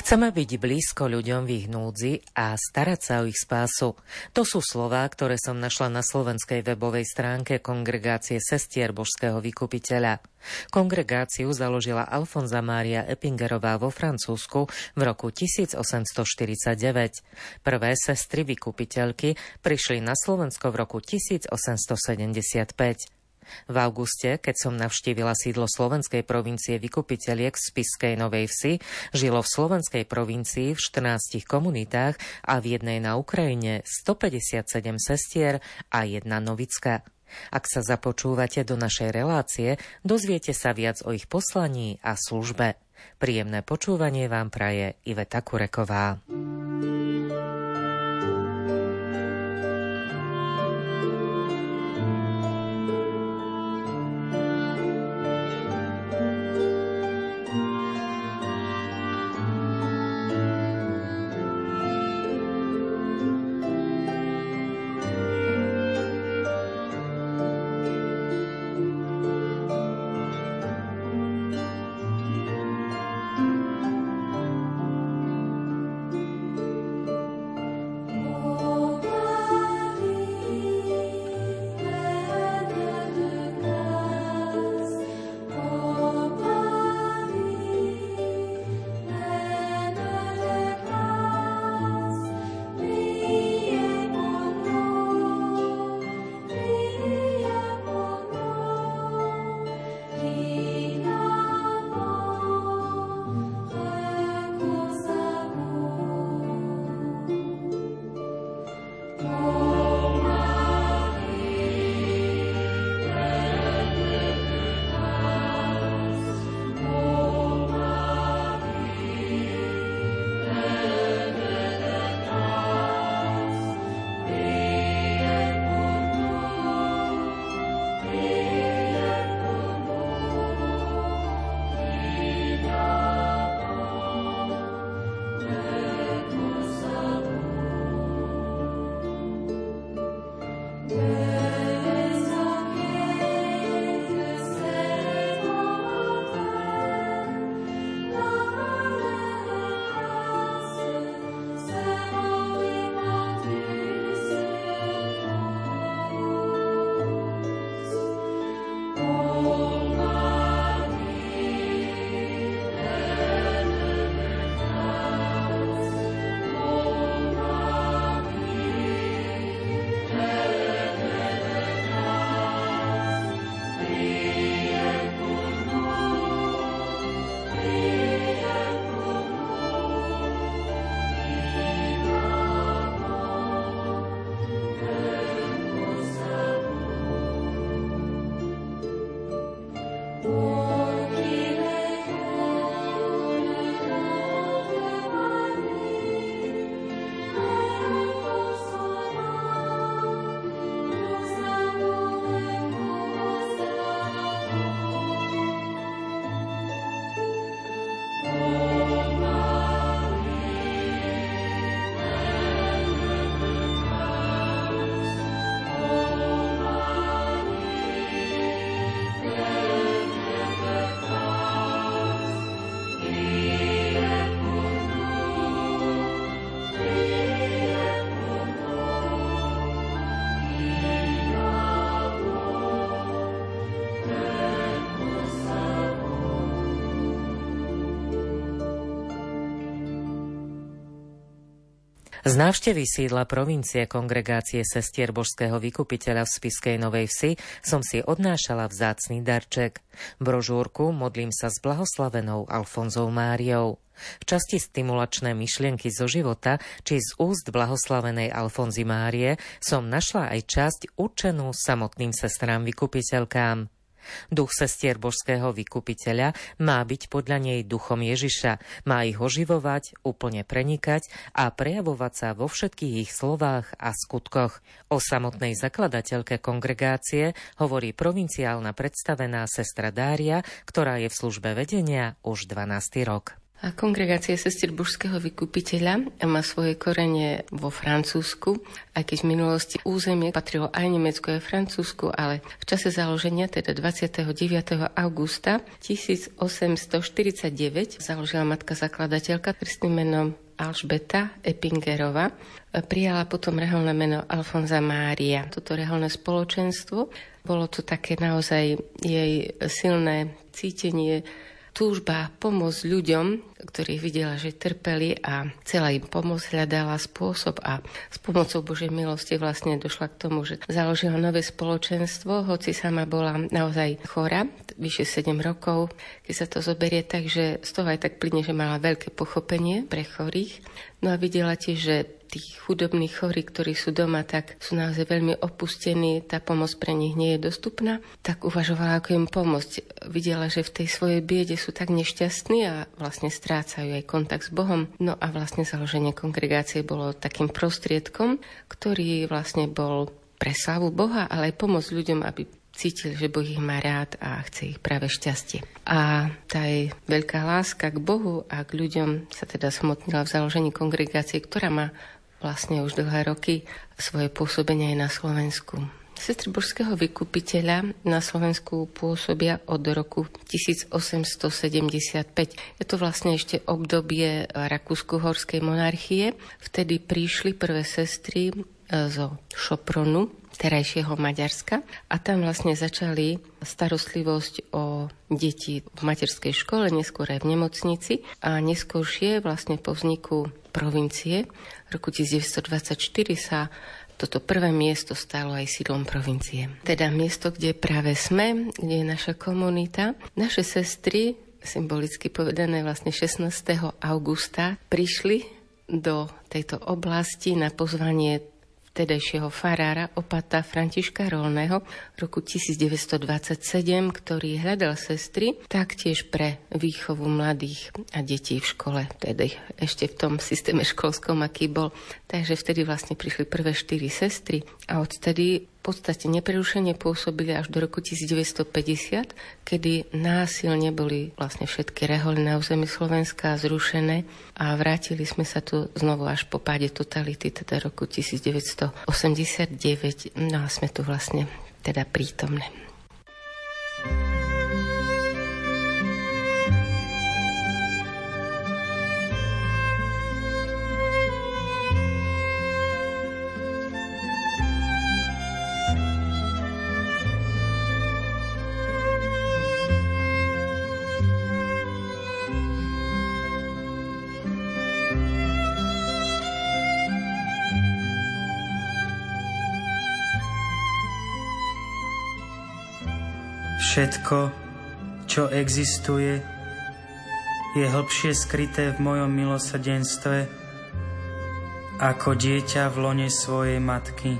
Chceme byť blízko ľuďom v ich núdzi a starať sa o ich spásu. To sú slová, ktoré som našla na slovenskej webovej stránke Kongregácie sestier Božského vykupiteľa. Kongregáciu založila Alfonza Mária Eppingerová vo Francúzsku v roku 1849. Prvé sestry vykupiteľky prišli na Slovensko v roku 1875. V auguste, keď som navštívila sídlo slovenskej provincie vykupiteľiek v Spišskej Novej Vsi, žilo v slovenskej provincii v 14 komunitách a v jednej na Ukrajine 157 sestier a jedna novicka. Ak sa započúvate do našej relácie, dozviete sa viac o ich poslaní a službe. Príjemné počúvanie vám praje Iveta Kureková. Z návštevy sídla provincie Kongregácie sestier Božského vykupiteľa v Spišskej Novej Vsi som si odnášala vzácny darček. Brožúrku Modlím sa s blahoslavenou Alfonzou Máriou. V časti Stimulačné myšlienky zo života či z úst blahoslavenej Alfonzy Márie som našla aj časť určenú samotným sestrám vykupiteľkám. Duch sestier Božského vykupiteľa má byť podľa nej duchom Ježiša, má ich oživovať, úplne prenikať a prejavovať sa vo všetkých ich slovách a skutkoch. O samotnej zakladateľke kongregácie hovorí provinciálna predstavená sestra Dária, ktorá je v službe vedenia už 12. rok. A Kongregácia sestier Božského vykupiteľa má svoje korene vo Francúzsku, aj keď v minulosti územie patrilo aj Nemecku, aj Francúzsku, ale v čase založenia, teda 29. augusta 1849, založila matka zakladateľka krstným menom Alžbeta Eppingerova. Prijala potom reholné meno Alfonza Mária. Toto reholné spoločenstvo, bolo to také naozaj jej silné cítenie, túžba pomôcť ľuďom, ktorých videla, že trpeli a chcela im pomôcť, hľadala spôsob a s pomocou Božej milosti vlastne došla k tomu, že založila nové spoločenstvo, hoci sama bola naozaj chorá, vyše 7 rokov, keď sa to zoberie, takže z toho aj tak plyne, že mala veľké pochopenie pre chorých. No a videla tiež, že tí chudobní chorí, ktorí sú doma, tak sú naozaj veľmi opustení, tá pomoc pre nich nie je dostupná, tak uvažovala, ako im pomôcť. Videla, že v tej svojej biede sú tak nešťastní a vlastne strácajú aj kontakt s Bohom. No a vlastne založenie kongregácie bolo takým prostriedkom, ktorý vlastne bol pre slávu Boha, ale aj pomôcť ľuďom, aby cítili, že Boh ich má rád a chce ich práve šťastie. A tá jej veľká láska k Bohu a k ľuďom sa teda smotnila v založení kongregácie, ktorá má vlastne už dlhé roky svoje pôsobenie aj na Slovensku. Sestry Božského vykupiteľa na Slovensku pôsobia od roku 1875. Je to vlastne ešte obdobie Rakúsko-Horskej monarchie. Vtedy prišli prvé sestry zo Šopronu, terajšieho Maďarska, a tam vlastne začali starostlivosť o deti v materskej škole, neskôr aj v nemocnici a neskôršie vlastne po vzniku provincie v roku 1924 sa toto prvé miesto stalo aj sídlom provincie. Teda miesto, kde práve sme, kde je naša komunita. Naše sestry, symbolicky povedané vlastne 16. augusta, prišli do tejto oblasti na pozvanie vtedajšieho farára opata Františka Rolného v roku 1927, ktorý hľadal sestry taktiež pre výchovu mladých a detí v škole, tedy ešte v tom systéme školskom, aký bol. Takže vtedy vlastne prišli prvé 4 sestry a odtedy v podstate neprerušene pôsobili až do roku 1950, kedy násilne boli vlastne všetky reholy na území Slovenska zrušené a vrátili sme sa tu znovu až po páde totality, teda roku 1989. No a sme tu vlastne teda prítomné. Všetko, čo existuje, je hlbšie skryté v mojom milosrdenstve ako dieťa v lone svojej matky.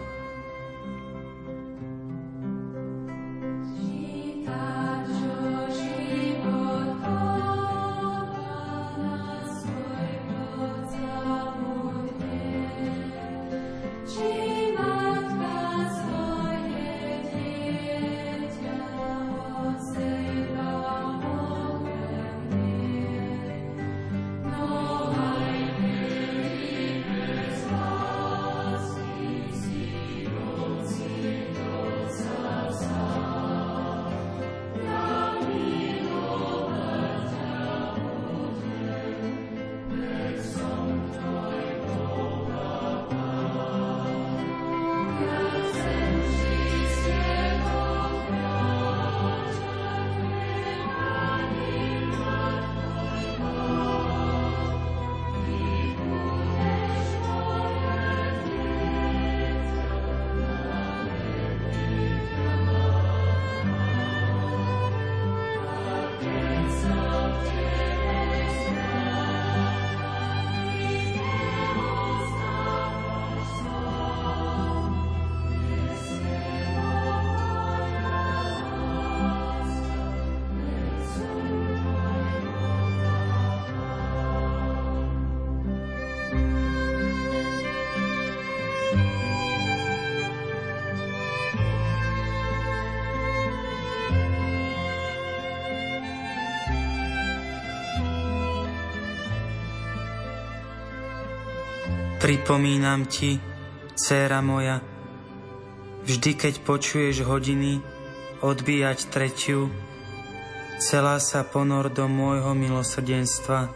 Pripomínam ti, dcéra moja, vždy keď počuješ hodiny odbíjať 3, celá sa ponor do môjho milosrdenstva.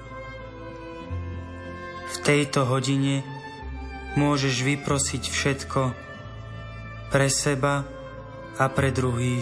V tejto hodine môžeš vyprosiť všetko pre seba a pre druhých.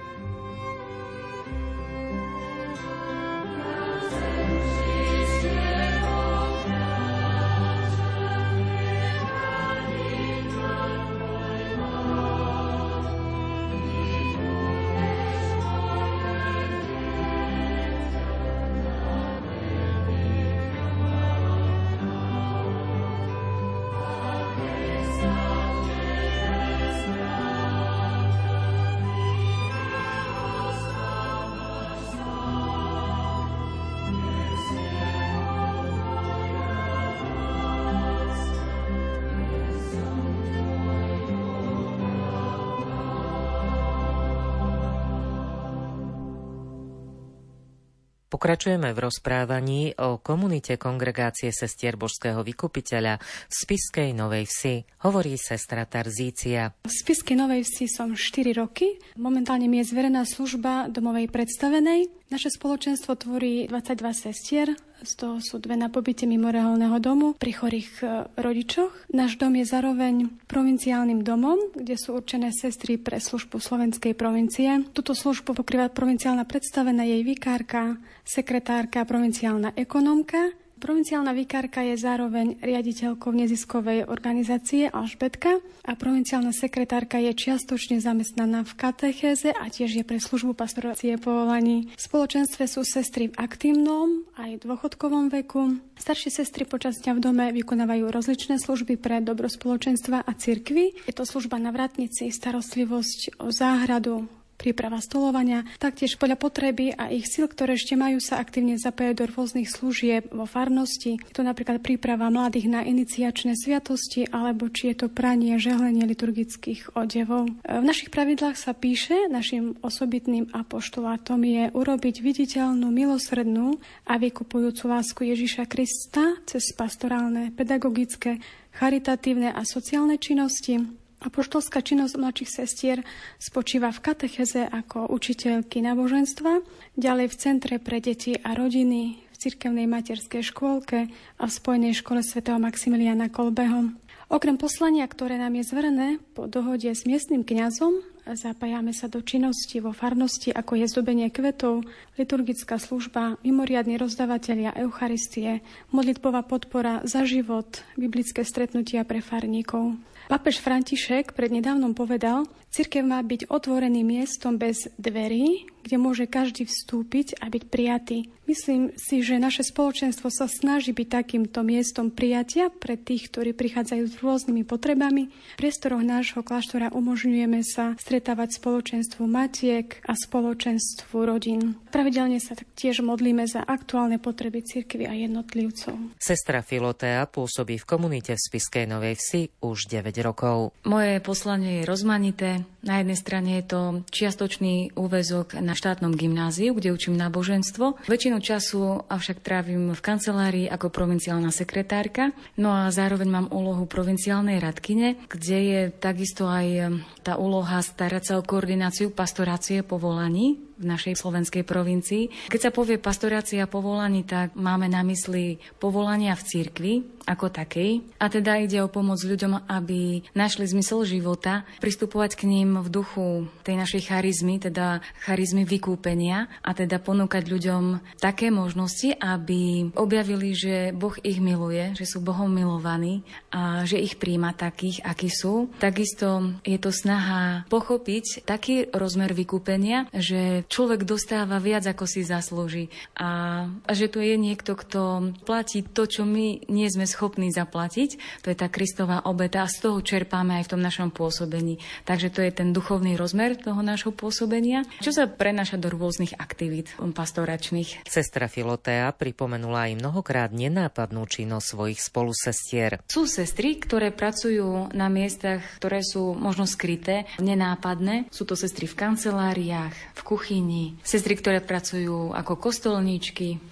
Pokračujeme v rozprávaní o komunite Kongregácie sestier Božského vykupiteľa v Spišskej Novej Vsi. Hovorí sestra Tarzícia. V Spišskej Novej Vsi som 4 roky. Momentálne mi je zverená služba domovej predstavenej. Naše spoločenstvo tvorí 22 sestier, z toho sú 2 na pobyte mimo reholného domu pri chorých rodičoch. Náš dom je zároveň provinciálnym domom, kde sú určené sestry pre službu slovenskej provincie. Túto službu pokrýva provinciálna predstavená, jej vikárka, sekretárka, provinciálna ekonómka. Provinciálna vikárka je zároveň riaditeľkou neziskovej organizácie Alžbetka a provinciálna sekretárka je čiastočne zamestnaná v katechéze a tiež je pre službu pastorácie povolaní. V spoločenstve sú sestry v aktívnom aj dôchodkovom veku. Staršie sestry počas dňa v dome vykonávajú rozličné služby pre dobro spoločenstva a cirkvi. Je to služba na vratnici, starostlivosť o záhradu, príprava stolovania, taktiež podľa potreby a ich síl, ktoré ešte majú, sa aktívne zapájajú do rôznych služieb vo farnosti. Je to napríklad príprava mladých na iniciačné sviatosti, alebo či je to pranie, žehlenie liturgických odevov. V našich pravidlách sa píše, našim osobitným apoštolátom je urobiť viditeľnú, milosrdnú a vykupujúcu lásku Ježiša Krista cez pastorálne, pedagogické, charitatívne a sociálne činnosti. Apoštolská činnosť mladších sestier spočíva v katecheze ako učiteľky náboženstva, ďalej v Centre pre deti a rodiny, v cirkevnej materskej škôlke a v Spojenej škole svätého Maximiliána Kolbeho. Okrem poslania, ktoré nám je zverené po dohode s miestnym kňazom, zapájame sa do činnosti vo farnosti, ako je zdobenie kvetov, liturgická služba, mimoriadni rozdavatelia Eucharistie, modlitbová podpora za život, biblické stretnutia pre farníkov. Pápež František prednedávnom povedal, cirkev má byť otvoreným miestom bez dverí, kde môže každý vstúpiť a byť prijatý. Myslím si, že naše spoločenstvo sa snaží byť takýmto miestom prijatia pre tých, ktorí prichádzajú s rôznymi potrebami. V priestoroch nášho kláštora umožňujeme sa stretávať spoločenstvu matiek a spoločenstvu rodín. Pravidelne sa tiež modlíme za aktuálne potreby cirkvi a jednotlivcov. Sestra Filotea pôsobí v komunite v Spišskej Novej Vsi už 9 rokov. Moje poslanie je rozmanité. Na jednej strane je to čiastočný úväzok na štátnom gymnáziu, kde učím náboženstvo. Väčšinu času avšak trávim v kancelárii ako provinciálna sekretárka. No a zároveň mám úlohu provinciálnej radkyne, kde je takisto aj tá úloha starať sa o koordináciu pastorácie povolaní v našej slovenskej provincii. Keď sa povie pastorácia povolaní, tak máme na mysli povolania v cirkvi ako takej. A teda ide o pomoc ľuďom, aby našli zmysel života, pristupovať k ním v duchu tej našej charizmy, teda charizmy vykúpenia, a teda ponúkať ľuďom také možnosti, aby objavili, že Boh ich miluje, že sú Bohom milovaní a že ich príjma takých, akí sú. Takisto je to snaha pochopiť taký rozmer vykúpenia, že človek dostáva viac, ako si zaslúži. A že tu je niekto, kto platí to, čo my nie sme schopní zaplatiť. To je tá Kristova obeta a z toho čerpáme aj v tom našom pôsobení. Takže to je ten duchovný rozmer toho nášho pôsobenia, čo sa prenáša do rôznych aktivít pastoračných. Sestra Filotea pripomenula aj mnohokrát nenápadnú činnosť svojich spolusestier. Sú sestry, ktoré pracujú na miestach, ktoré sú možno skryté, nenápadné. Sú to sestry v kanceláriách, v kuchyni, sestry, ktoré pracujú ako kostolníčky,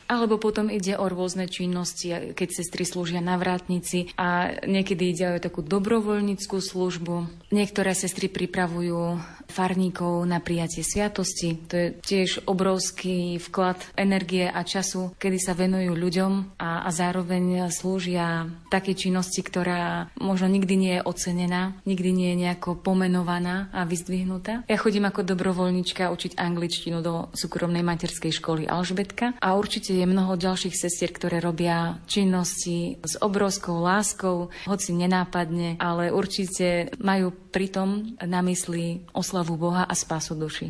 Alebo potom ide o rôzne činnosti, keď sestry slúžia na vrátnici a niekedy ide aj o takú dobrovoľníckú službu. Niektoré sestry pripravujú farníkov na prijatie sviatosti. To je tiež obrovský vklad energie a času, kedy sa venujú ľuďom a zároveň slúžia takej činnosti, ktorá možno nikdy nie je ocenená, nikdy nie je nejako pomenovaná a vyzdvihnutá. Ja chodím ako dobrovoľníčka učiť angličtinu do súkromnej materskej školy Alžbetka a určite je mnoho ďalších sestier, ktoré robia činnosti s obrovskou láskou, hoci nenápadne, ale určite majú pritom na mysli oslavu Boha a spásu duši.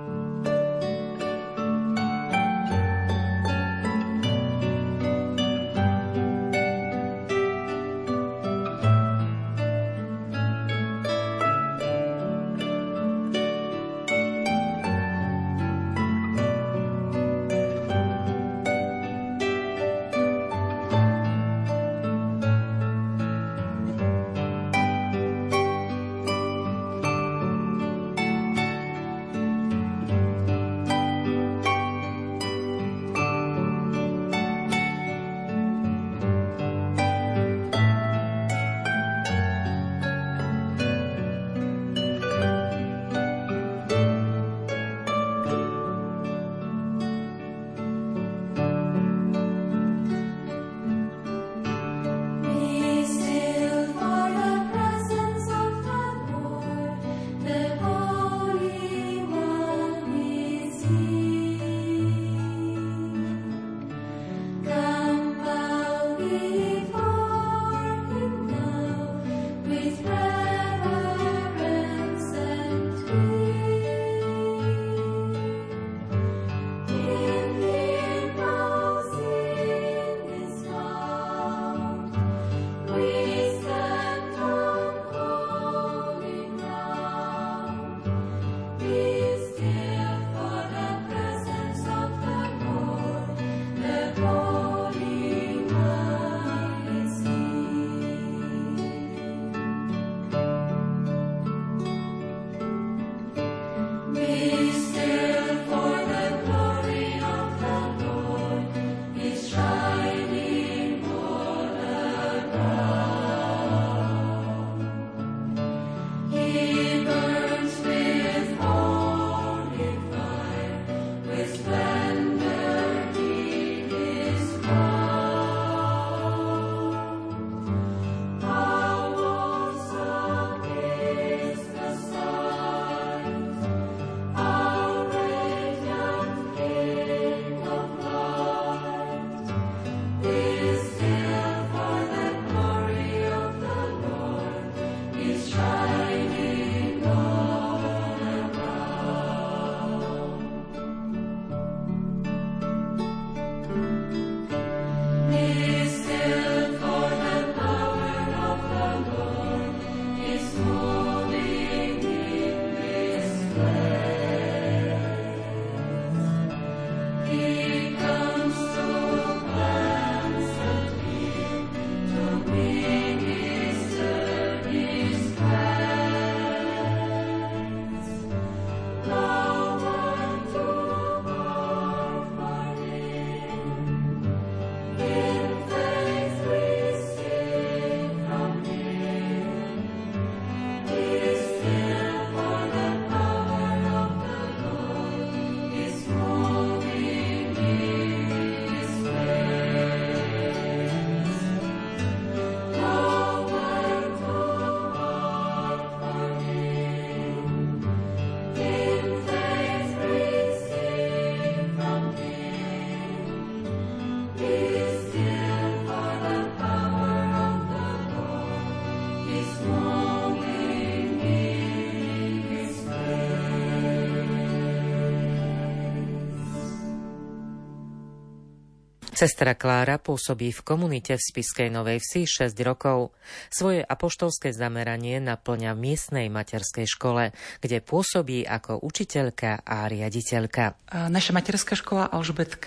Sestra Klára pôsobí v komunite v Spišskej Novej Vsi 6 rokov. Svoje apoštolské zameranie naplňa v miestnej materskej škole, kde pôsobí ako učiteľka a riaditeľka. Naša materská škola Alžbetka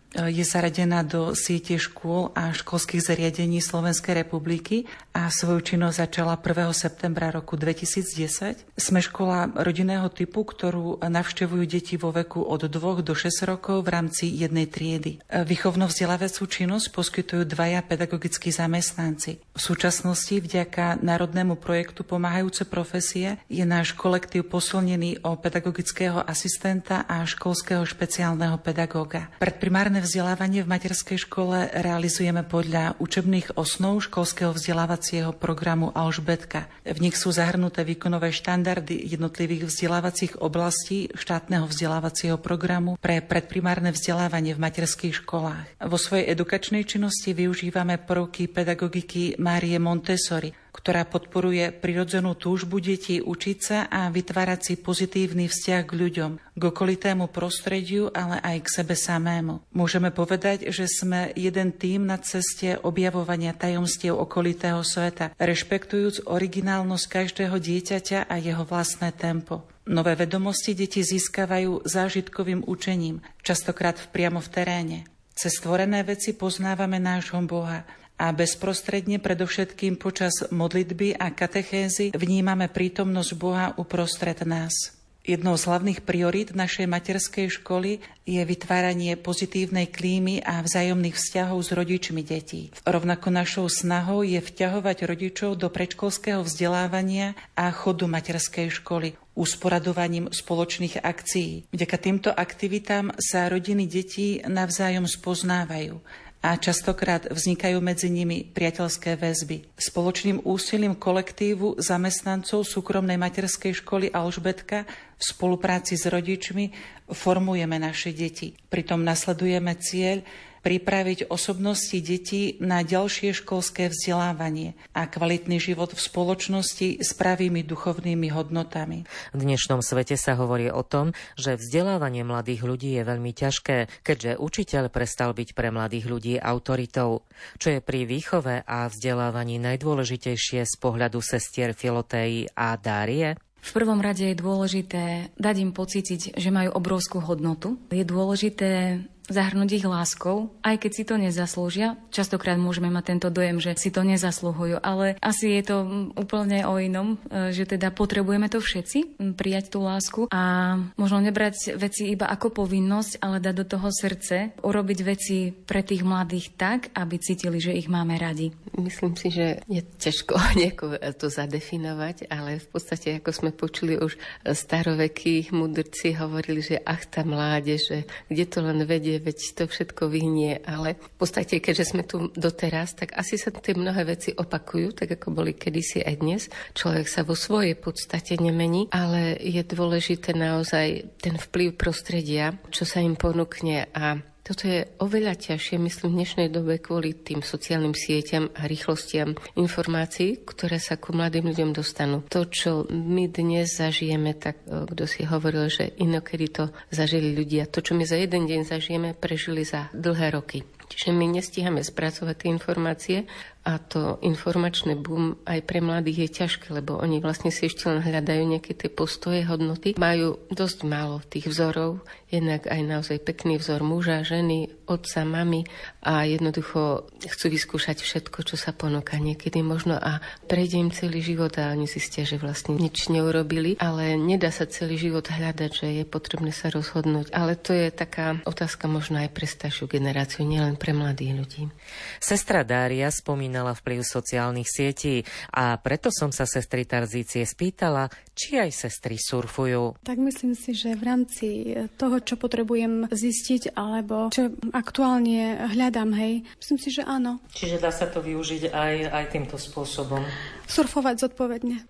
Je zaradená do siete škôl a školských zariadení Slovenskej republiky a svoju činnosť začala 1. septembra roku 2010. Sme škola rodinného typu, ktorú navštevujú deti vo veku od 2 do 6 rokov v rámci jednej triedy. Výchovno-vzdelávaciu činnosť poskytujú 2 pedagogickí zamestnanci. V súčasnosti vďaka národnému projektu Pomáhajúce profesie je náš kolektív posilnený o pedagogického asistenta a školského špeciálneho pedagóga. Predprimárne vzdelávanie v materskej škole realizujeme podľa učebných osnov školského vzdelávacieho programu Alžbetka. V nich sú zahrnuté výkonové štandardy jednotlivých vzdelávacích oblastí štátneho vzdelávacieho programu pre predprimárne vzdelávanie v materských školách. Vo svojej edukačnej činnosti využívame prvky pedagogiky Márie Montessori, ktorá podporuje prirodzenú túžbu detí učiť sa a vytvárať si pozitívny vzťah k ľuďom, k okolitému prostrediu, ale aj k sebe samému. Môžeme povedať, že sme jeden tím na ceste objavovania tajomstiev okolitého sveta, rešpektujúc originálnosť každého dieťaťa a jeho vlastné tempo. Nové vedomosti deti získavajú zážitkovým učením, častokrát priamo v teréne. Cez stvorené veci poznávame nášho Boha a bezprostredne, predovšetkým počas modlitby a katechézy, vnímame prítomnosť Boha uprostred nás. Jednou z hlavných priorít našej materskej školy je vytváranie pozitívnej klímy a vzájomných vzťahov s rodičmi detí. Rovnako našou snahou je vťahovať rodičov do predškolského vzdelávania a chodu materskej školy usporadovaním spoločných akcií. Vďaka týmto aktivitám sa rodiny detí navzájom spoznávajú a častokrát vznikajú medzi nimi priateľské väzby. Spoločným úsilím kolektívu zamestnancov súkromnej materskej školy Alžbetka v spolupráci s rodičmi formujeme naše deti. Pritom nasledujeme cieľ pripraviť osobnosti detí na ďalšie školské vzdelávanie a kvalitný život v spoločnosti s pravými duchovnými hodnotami. V dnešnom svete sa hovorí o tom, že vzdelávanie mladých ľudí je veľmi ťažké, keďže učiteľ prestal byť pre mladých ľudí autoritou. Čo je pri výchove a vzdelávaní najdôležitejšie z pohľadu sestier Filotéji a Dárie? V prvom rade je dôležité dať im pocítiť, že majú obrovskú hodnotu. Je dôležité zahrnúť ich láskou, aj keď si to nezaslúžia. Častokrát môžeme mať tento dojem, že si to nezaslúhujú, ale asi je to úplne o inom, že teda potrebujeme to všetci, prijať tú lásku a možno nebrať veci iba ako povinnosť, ale dať do toho srdce, urobiť veci pre tých mladých tak, aby cítili, že ich máme radi. Myslím si, že je ťažko nejako to zadefinovať, ale v podstate, ako sme počuli už starovekí mudrci hovorili, že tá mládež, že kde to len vedie, veď to všetko vyhnie, ale v podstate, keďže sme tu doteraz, tak asi sa tie mnohé veci opakujú, tak ako boli kedysi aj dnes. Človek sa vo svojej podstate nemení, ale je dôležité naozaj ten vplyv prostredia, čo sa im ponúkne a toto je oveľa ťažšie, myslím, v dnešnej dobe kvôli tým sociálnym sieťam a rýchlostiam informácií, ktoré sa ku mladým ľuďom dostanú. To, čo my dnes zažijeme, tak kto si hovoril, že inokedy to zažili ľudia. To, čo my za jeden deň zažijeme, prežili za dlhé roky. Čiže my nestíhame spracovať tie informácie a to informačné boom aj pre mladých je ťažké, lebo oni vlastne si ešte len hľadajú nejaké tie postoje, hodnoty. Majú dosť málo tých vzorov, jednak aj naozaj pekný vzor muža, ženy, otca, mamy a jednoducho chcú vyskúšať všetko, čo sa ponúka niekedy možno a prejde im celý život a oni zistia, že vlastne nič neurobili, ale nedá sa celý život hľadať, že je potrebné sa rozhodnúť. Ale to je taká otázka možno aj pre staršiu generáciu, nielen pre mladých ľudí. Sestra Dária spomínala vplyv sociálnych sietí a preto som sa sestry Tarzície spýtala, či aj sestry surfujú. Tak myslím si, že v rámci toho, čo potrebujem zistiť alebo čo aktuálne hľadám, hej, myslím si, že áno. Čiže dá sa to využiť aj týmto spôsobom? Surfovať zodpovedne.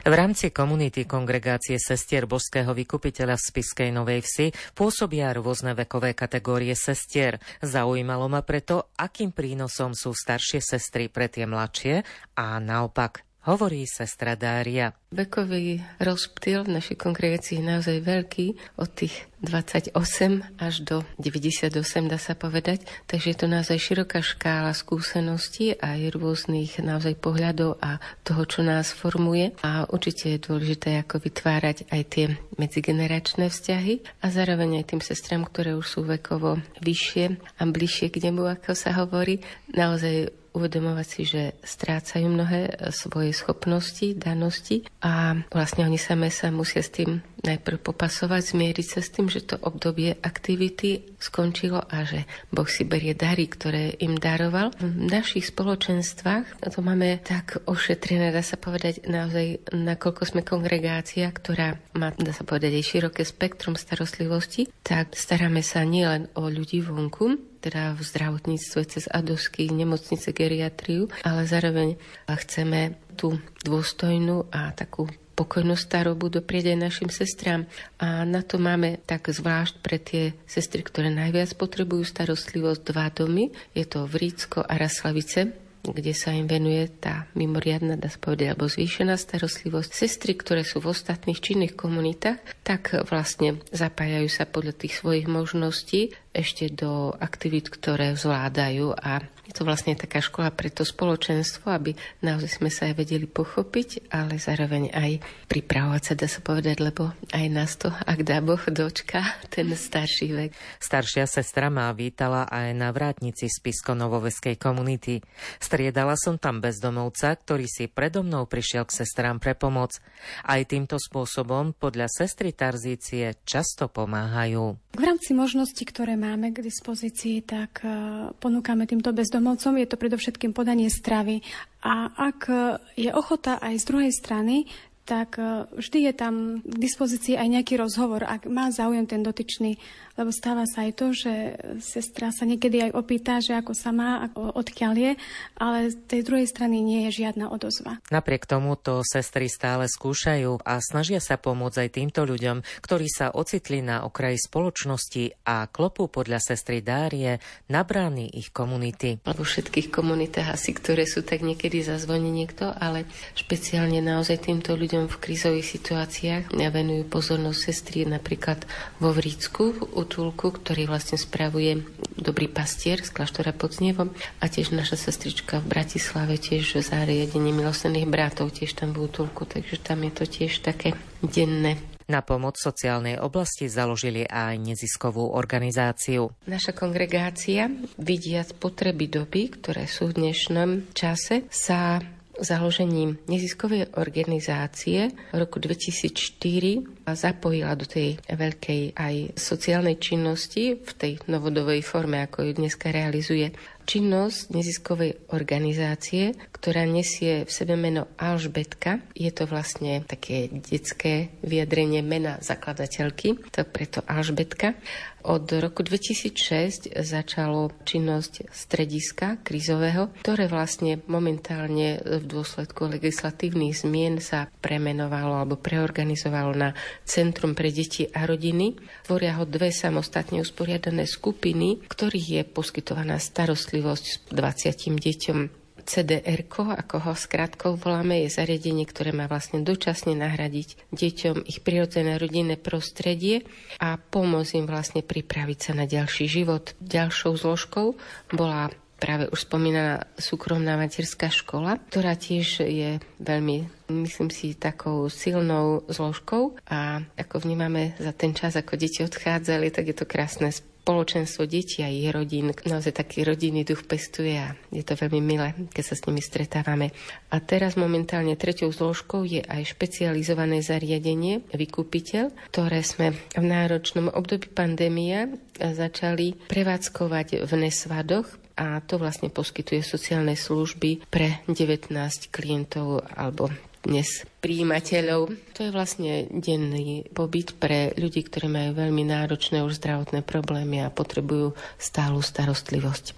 V rámci komunity Kongregácie sestier Božského vykupiteľa v Spišskej Novej Vsi pôsobia rôzne vekové kategórie sestier. Zaujímalo ma preto, akým prínosom sú staršie sestry pre tie mladšie a naopak. Hovorí sestra Dária. Vekový rozptyl v našej kongregácii je naozaj veľký, od tých 28 až do 98, dá sa povedať. Takže je to naozaj široká škála skúseností a aj rôznych naozaj pohľadov a toho, čo nás formuje. A určite je dôležité ako vytvárať aj tie medzigeneračné vzťahy a zároveň aj tým sestram, ktoré už sú vekovo vyššie a bližšie k nebu, ako sa hovorí, naozaj uvedomovať si, že strácajú mnohé svoje schopnosti, danosti a vlastne oni same sa musia s tým najprv popasovať, zmieriť sa s tým, že to obdobie aktivity skončilo a že Boh si berie dary, ktoré im daroval. V našich spoločenstvách to máme tak ošetrené, dá sa povedať naozaj, nakoľko sme kongregácia, ktorá má, dá sa povedať, aj široké spektrum starostlivosti, tak staráme sa nielen o ľudí vonku, teda v zdravotníctve cez adosky, nemocnice, geriatriu, ale zároveň chceme tú dôstojnú a takú pokojnú starobu doprieť aj našim sestrám. A na to máme tak zvlášť pre tie sestry, ktoré najviac potrebujú starostlivosť, 2 domy. Je to Vrícko a Raslavice, kde sa im venuje tá mimoriadna, dá sa povedať, alebo zvýšená starostlivosť. Sestry, ktoré sú v ostatných činných komunitách, tak vlastne zapájajú sa podľa tých svojich možností ešte do aktivít, ktoré zvládajú a je to vlastne taká škola pre to spoločenstvo, aby naozaj sme sa aj vedeli pochopiť, ale zároveň aj pripravovať sa, dá sa povedať, lebo aj nás to, ak dá Boh, dočka ten starší vek. Staršia sestra ma vítala aj na vrátnici Spišsko-Novoveskej komunity. Striedala som tam bezdomovca, ktorý si predo mnou prišiel k sestrám pre pomoc. Aj týmto spôsobom podľa sestry Tarzície často pomáhajú. V rámci možností, ktoré máme k dispozícii, tak ponúkame týmto bezdomovcom. Je to predovšetkým podanie stravy. A ak je ochota aj z druhej strany, tak vždy je tam k dispozícii aj nejaký rozhovor, ak má záujem ten dotyčný, lebo stáva sa aj to, že sestra sa niekedy aj opýta, že ako sa má, odkiaľ je, ale z tej druhej strany nie je žiadna odozva. Napriek tomu to sestry stále skúšajú a snažia sa pomôcť aj týmto ľuďom, ktorí sa ocitli na okraji spoločnosti a klopú podľa sestry Dárie na brány ich komunity. Vo všetkých komunitách asi, ktoré sú, tak niekedy zazvoní niekto, ale špeciálne naozaj týmto ľuďom v krízových situáciách venujú pozornosť sestry napríklad vo Vrícku, útulku, ktorý vlastne spravuje Dobrý pastier z kláštora pod Znievom a tiež naša sestrička v Bratislave tiež v zariadení Milosrdných bratov tiež tam v útulku, takže tam je to tiež také denné. Na pomoc sociálnej oblasti založili aj neziskovú organizáciu. Naša kongregácia, vidiac potreby doby, ktoré sú v dnešnom čase, sa založením neziskovej organizácie v roku 2004 zapojila do tej veľkej aj sociálnej činnosti v tej novodobej forme, ako ju dneska realizuje. Činnosť neziskovej organizácie, ktorá nesie v sebe meno Alžbetka. Je to vlastne také detské vyjadrenie mena zakladateľky, to preto Alžbetka. Od roku 2006 začalo činnosť strediska krízového, ktoré vlastne momentálne v dôsledku legislatívnych zmien sa premenovalo alebo preorganizovalo na Centrum pre deti a rodiny. Tvoria ho 2 samostatne usporiadané skupiny, ktorých je poskytovaná starostlivosť s 20 deťom. CDR-ko, ako ho skratkou voláme, je zariadenie, ktoré má vlastne dočasne nahradiť deťom ich prirodzené rodinné prostredie a pomôcť im vlastne pripraviť sa na ďalší život. Ďalšou zložkou bola práve už spomínaná súkromná materská škola, ktorá tiež je veľmi, myslím si, takou silnou zložkou a ako vnímame za ten čas, ako deti odchádzali, tak je to krásne spoločenstvo detí a ich rodín. Naozaj taký rodinný duch pestuje a je to veľmi milé, keď sa s nimi stretávame. A teraz momentálne 3. zložkou je aj špecializované zariadenie Vykupiteľ, ktoré sme v náročnom období pandémie začali prevádzkovať v Nesvadoch a to vlastne poskytuje sociálne služby pre 19 klientov alebo dnes prijímateľov. To je vlastne denný pobyt pre ľudí, ktorí majú veľmi náročné už zdravotné problémy a potrebujú stálu starostlivosť.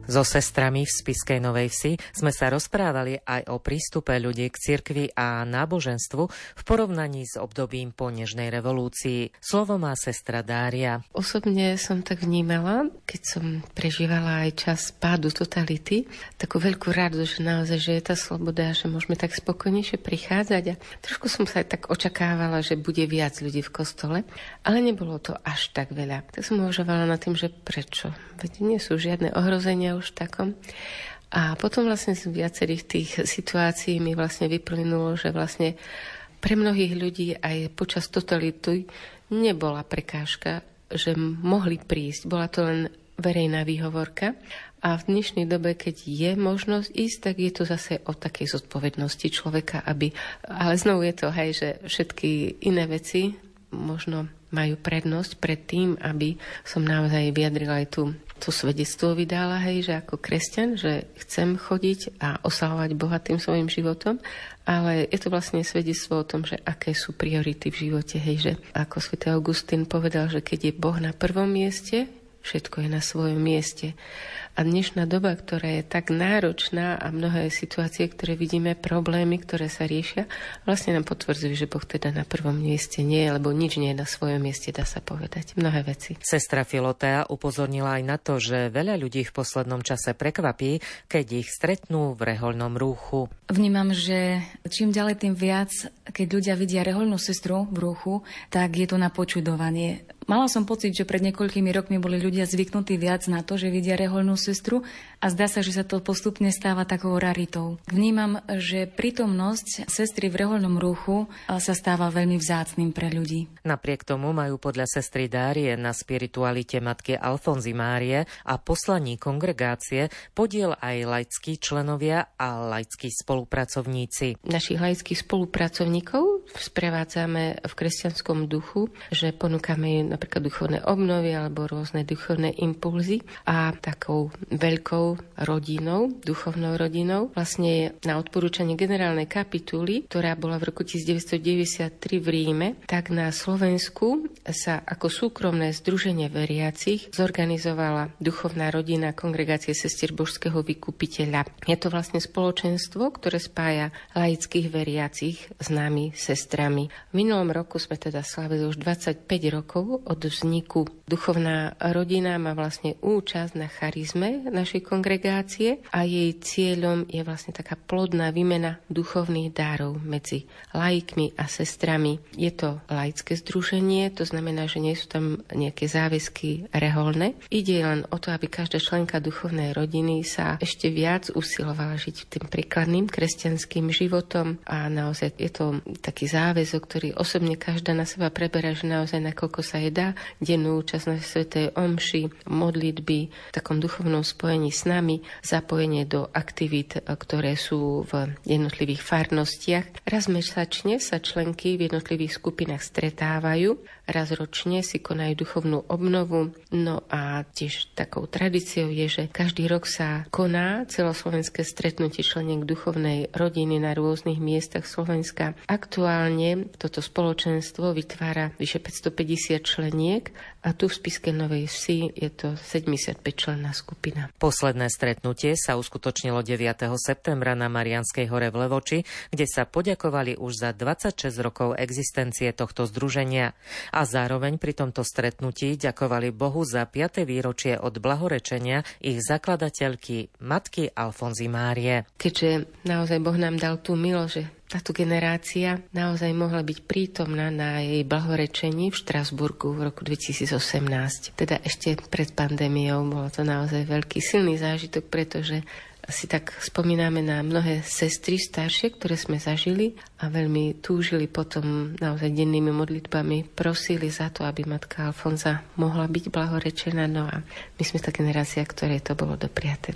So sestrami v Spišskej Novej Vsi sme sa rozprávali aj o prístupe ľudí k cirkvi a náboženstvu v porovnaní s obdobím po nežnej revolúcii. Slovo má sestra Dária. Osobne som tak vnímala, keď som prežívala aj čas pádu totality, takú veľkú radosť, že naozaj, že je tá sloboda, že môžeme tak spokojnejšie prichádzať a trošku som sa aj tak očakávala, že bude viac ľudí v kostole, ale nebolo to až tak veľa. Tak som uvažovala nad tým, že prečo? Veď nie sú žiadne ohrozenia už takom. A potom vlastne z viacerých tých situácií mi vlastne vyplynulo, že vlastne pre mnohých ľudí aj počas totality nebola prekážka, že mohli prísť. Bola to len verejná výhovorka. A v dnešnej dobe, keď je možnosť ísť, tak je to zase o takej zodpovednosti človeka, aby... Ale znovu je to, hej, že všetky iné veci možno majú prednosť pred tým, aby som naozaj vyjadrila aj to svedectvo vydala, hej, že ako kresťan, že chcem chodiť a oslavovať Boha tým svojim životom, ale je to vlastne svedectvo o tom, že aké sú priority v živote, hej, že ako svätý Augustín povedal, že keď je Boh na prvom mieste, všetko je na svojom mieste. A dnešná doba, ktorá je tak náročná a mnohé situácie, ktoré vidíme, problémy, ktoré sa riešia, vlastne nám potvrdzujú, že Boh teda na prvom mieste nie je, lebo nič nie je na svojom mieste, dá sa povedať. Mnohé veci. Sestra Filotea upozornila aj na to, že veľa ľudí v poslednom čase prekvapí, keď ich stretnú v rehoľnom rúchu. Vnímam, že čím ďalej, tým viac, keď ľudia vidia rehoľnú sestru v rúchu, tak je to na počudovanie. Mala som pocit, že pred niekoľkými rokmi boli ľudia zvyknutí viac na to, že vidia rehoľnú sestru a zdá sa, že sa to postupne stáva takou raritou. Vnímam, že prítomnosť sestry v rehoľnom rúchu sa stáva veľmi vzácnym pre ľudí. Napriek tomu majú podľa sestry Dárie na spiritualite matky Alfonzy Márie a poslaní kongregácie podiel aj laickí členovia a laickí spolupracovníci. Našich laických spolupracovníkov sprevádzame v kresťanskom duchu, že ponúkame napríklad duchovné obnovy alebo rôzne duchovné impulzy a takou veľkou rodinou, duchovnou rodinou, vlastne na odporúčanie generálnej kapituly, ktorá bola v roku 1993 v Ríme, tak na Slovensku sa ako súkromné združenie veriacich zorganizovala duchovná rodina Kongregácie sestier Božského vykupiteľa. Je to vlastne spoločenstvo, ktoré spája laických veriacich s nami, sestrami. V minulom roku sme teda slavili už 25 rokov od vzniku. Duchovná rodina má vlastne účasť na charizme našej kongregácie a jej cieľom je vlastne taká plodná výmena duchovných dárov medzi laikmi a sestrami. Je to laické združenie, to znamená, že nie sú tam nejaké záväzky reholné. Ide len o to, aby každá členka duchovnej rodiny sa ešte viac usilovala žiť tým príkladným kresťanským životom a naozaj je to taký záväzok, ktorý osobne každá na seba preberá, že naozaj nakoľko sa jej dá dennú účasť na svätej omši, modlitby, v takom duchovnom spojení s nami, zapojenie do aktivít, ktoré sú v jednotlivých farnostiach. Raz mesačne sa členky v jednotlivých skupinách stretávajú, raz ročne si konajú duchovnú obnovu. No a tiež takou tradíciou je, že každý rok sa koná celoslovenské stretnutie členiek duchovnej rodiny na rôznych miestach Slovenska. Aktuálne toto spoločenstvo vytvára vyše 550 členiek a tu v Spišskej Novej Vsi je to 75 členná skupina. Posledné stretnutie sa uskutočnilo 9. septembra na Marianskej hore v Levoči, kde sa poďakovali už za 26 rokov existencie tohto združenia a zároveň pri tomto stretnutí ďakovali Bohu za 5. výročie od blahorečenia ich zakladateľky matky Alfonzy Márie. Keďže naozaj Boh nám dal tú milosť, že táto generácia naozaj mohla byť prítomná na jej blahorečení v Štrasburgu v roku 2018. Teda ešte pred pandémiou bolo to naozaj veľký silný zážitok, pretože si tak spomíname na mnohé sestry staršie, ktoré sme zažili a veľmi túžili potom naozaj dennými modlitbami, prosili za to, aby matka Alfonza mohla byť blahorečená. No a my sme tá generácia, ktorej to bolo dopriaté.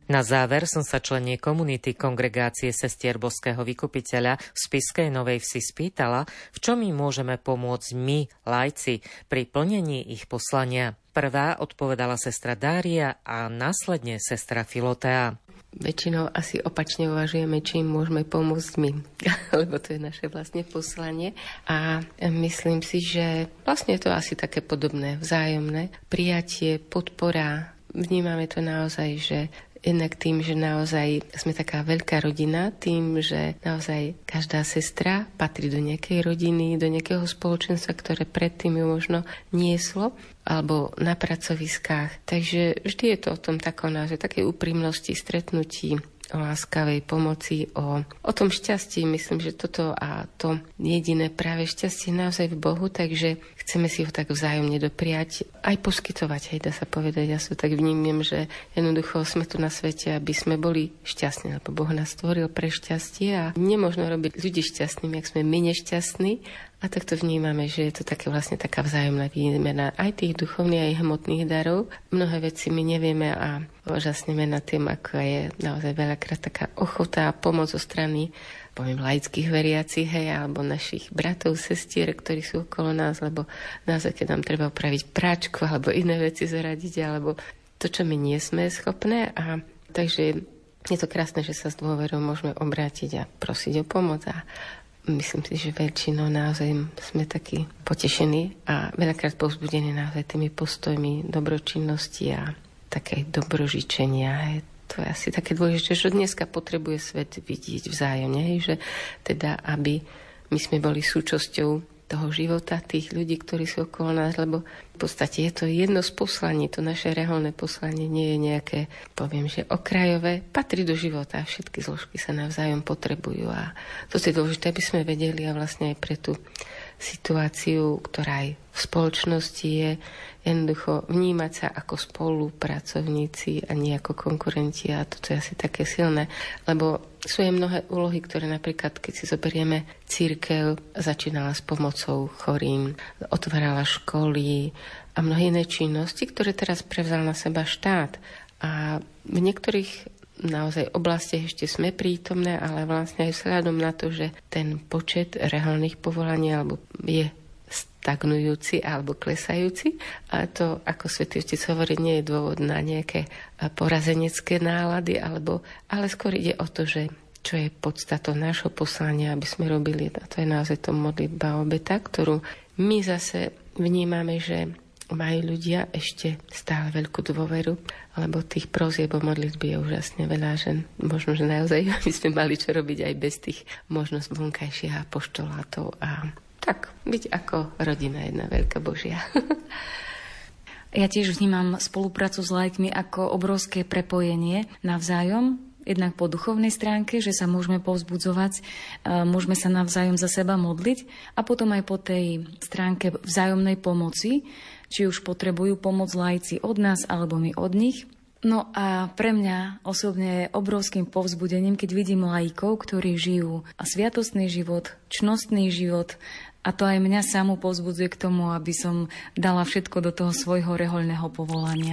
Na záver som sa členie komunity Kongregácie sestier Božského vykupiteľa v Spišskej Novej Vsi spýtala, v čom im môžeme pomôcť my, laici, pri plnení ich poslania. Prvá odpovedala sestra Dária a následne sestra Filotea. Väčšinou asi opačne uvažujeme, čím môžeme pomôcť my, lebo to je naše vlastne poslanie. A myslím si, že vlastne je to asi také podobné, vzájomné. Prijatie, podpora, vnímame to naozaj, že jednak tým, že naozaj sme taká veľká rodina, tým, že naozaj každá sestra patrí do nejakej rodiny, do nejakého spoločenstva, ktoré predtým ju možno nieslo, alebo na pracoviskách. Takže vždy je to o tom takom naozaj takej úprimnosti, stretnutí, o láskavej pomoci, o tom šťastí. Myslím, že toto a to jediné práve šťastie naozaj v Bohu, takže chceme si ho tak vzájomne dopriať, aj poskytovať, hej, dá sa povedať. Ja sa tak vnímam, že jednoducho sme tu na svete, aby sme boli šťastní, lebo Boh nás stvoril pre šťastie a nemožno robiť ľudí šťastnými, ak sme my nešťastní. A tak to vnímame, že je to také vlastne taká vzájomná výmena aj tých duchovných, aj hmotných darov. Mnohé veci my nevieme a úžasneme nad tým, ako je naozaj veľakrát taká ochota a pomoc zo strany, poviem, laických veriacich, hej, alebo našich bratov, sestier, ktorí sú okolo nás, lebo naozaj, keď nám treba opraviť práčku alebo iné veci zaradiť, alebo to, čo my nie sme schopné. A takže je to krásne, že sa s dôverou môžeme obrátiť a prosiť o pomoc a myslím si, že väčšinou naozaj sme takí potešení a veľakrát povzbudení naozaj tými postojmi dobročinnosti a také dobrožičenia. To je asi také dôležité, že dneska potrebuje svet vidieť vzájomne, že teda, aby my sme boli súčasťou toho života tých ľudí, ktorí sú okolo nás, lebo v podstate je to jedno z poslaní, to naše reholné poslanie nie je nejaké, poviem, že okrajové, patrí do života a všetky zložky sa navzájom potrebujú a to je dôležité, aby sme vedeli a vlastne aj pre tú situáciu, ktorá aj v spoločnosti je, jednoducho vnímať sa ako spolupracovníci a nie ako konkurenti a toto je asi také silné, lebo sú aj mnohé úlohy, ktoré napríklad, keď si zoberieme cirkev, začínala s pomocou chorým, otvárala školy a mnohé iné činnosti, ktoré teraz prevzal na seba štát. A v niektorých naozaj oblastiach ešte sme prítomné, ale vlastne aj vzhľadom na to, že ten počet reholných povolaní alebo je stagnujúci alebo klesajúci. A to, ako Svätý Otec hovorí, nie je dôvod na nejaké porazenecké nálady, ale skôr ide o to, že čo je podstatou nášho poslania, aby sme robili. A to je naozaj to modlitba obeta, ktorú my zase vnímame, že majú ľudia ešte stále veľkú dôveru, lebo tých prosieb o modlitby je úžasne veľa, že možno, že naozaj by sme mali čo robiť aj bez tých možnosť vonkajších apoštolátov a tak byť ako rodina jedna veľká Božia. Ja tiež vnímam spoluprácu s laikmi ako obrovské prepojenie navzájom, jednak po duchovnej stránke, že sa môžeme povzbudzovať, môžeme sa navzájom za seba modliť a potom aj po tej stránke vzájomnej pomoci, či už potrebujú pomoc laici od nás alebo my od nich. No a pre mňa osobne je obrovským povzbudením, keď vidím laikov, ktorí žijú sviatostný život, čnostný život, a to aj mňa samú povzbudzuje k tomu, aby som dala všetko do toho svojho rehoľného povolania.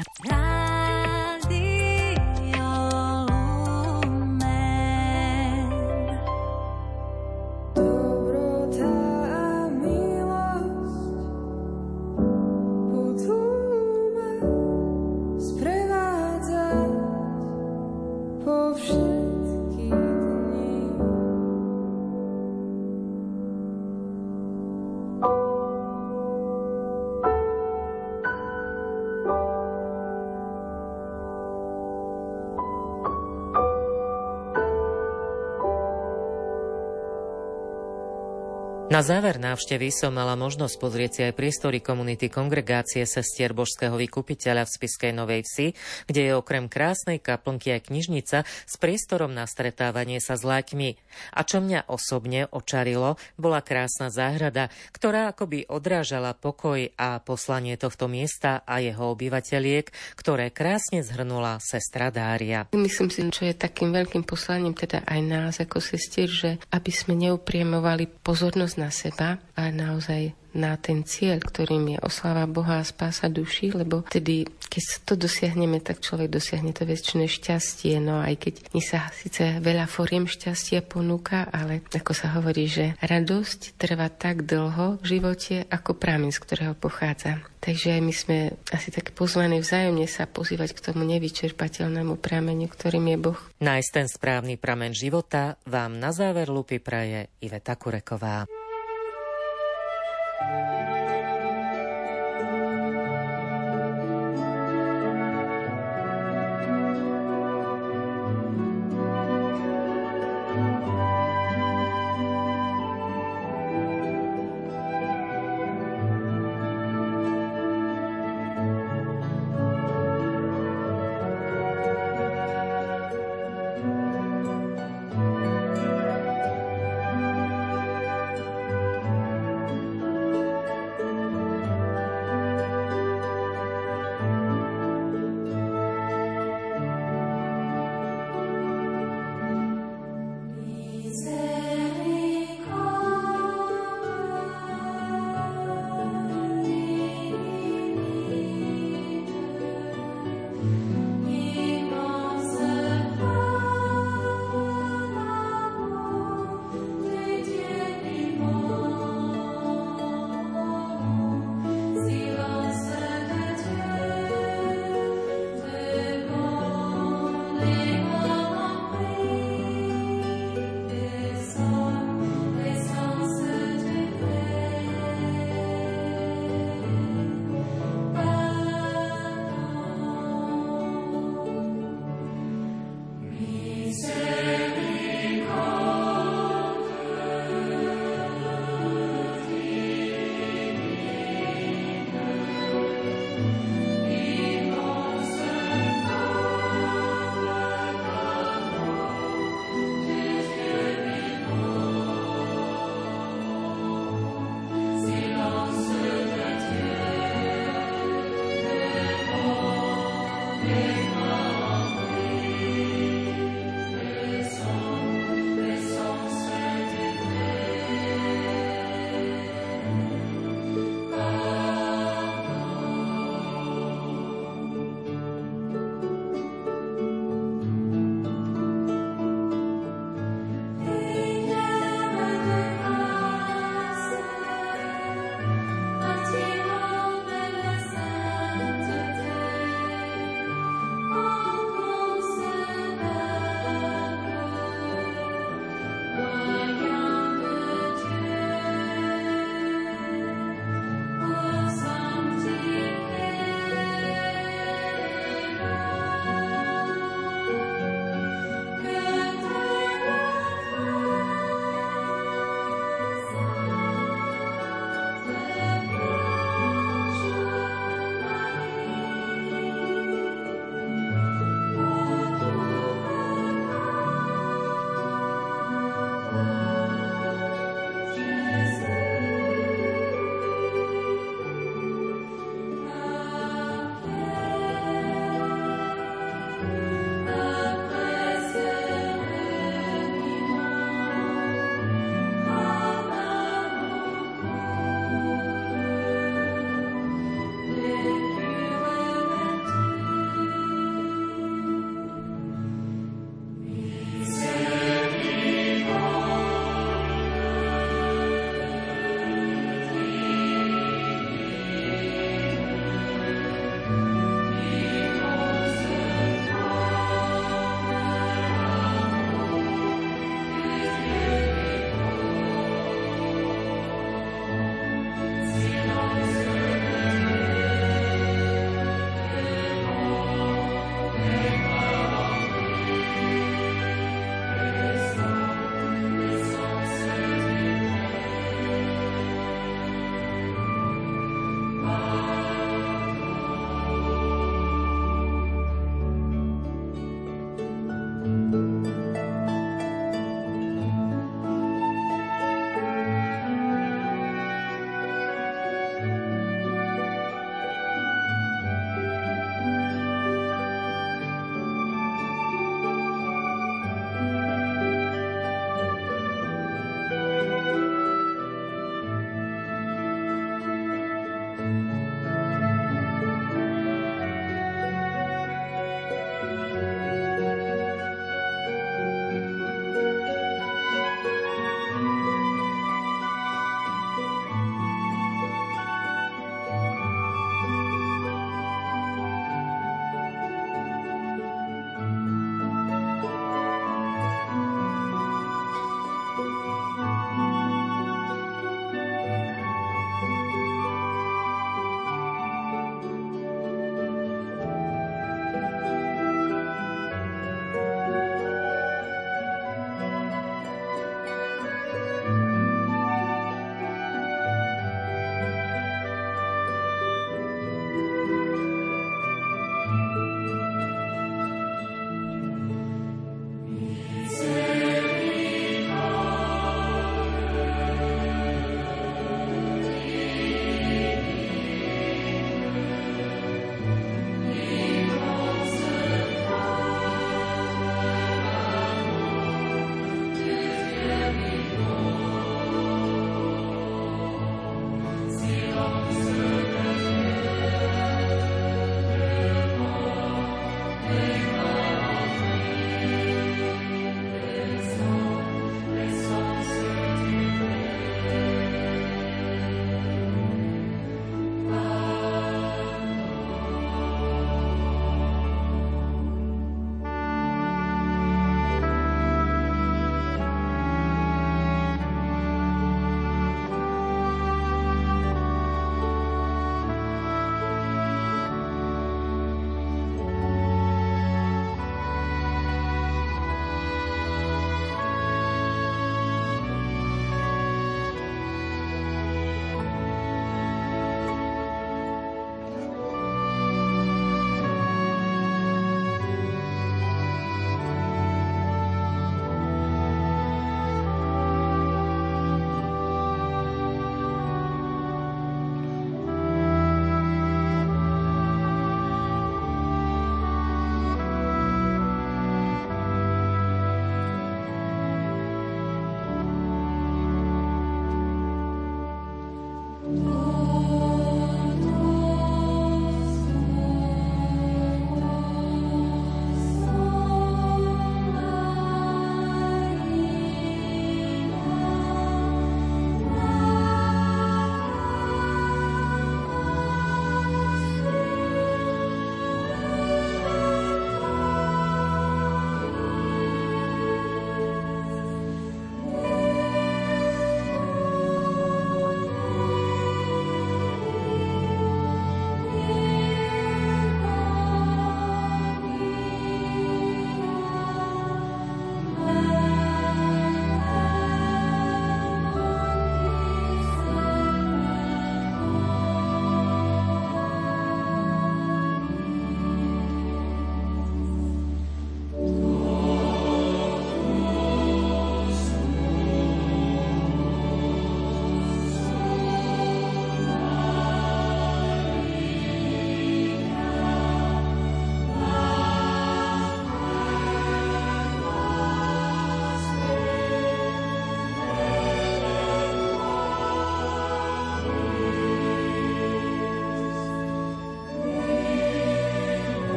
Na záver návštevy som mala možnosť pozrieť si aj priestory komunity Kongregácie sestier Božského vykupiteľa v Spišskej Novej Vsi, kde je okrem krásnej kaplnky aj knižnica s priestorom na stretávanie sa s laikmi. A čo mňa osobne očarilo, bola krásna záhrada, ktorá akoby odrážala pokoj a poslanie tohto miesta a jeho obyvateľiek, ktoré krásne zhrnula sestra Dária. Myslím si, čo je takým veľkým poslaním teda aj nás ako sestier, že aby sme neupriemovali pozornosť na seba, a naozaj na ten cieľ, ktorým je osláva Boha a spása duší, lebo tedy, keď to dosiahneme, tak človek dosiahne to väčšie šťastie. No aj keď mi sa síce veľa foriem šťastia ponúka, ale ako sa hovorí, že radosť trvá tak dlho v živote, ako prameň, z ktorého pochádza. Takže aj my sme asi tak pozvaní vzájomne sa pozývať k tomu nevyčerpateľnému prameniu, ktorým je Boh. Nájsť ten správny prameň života vám na záver lupy praje Iveta Kureková. Thank you.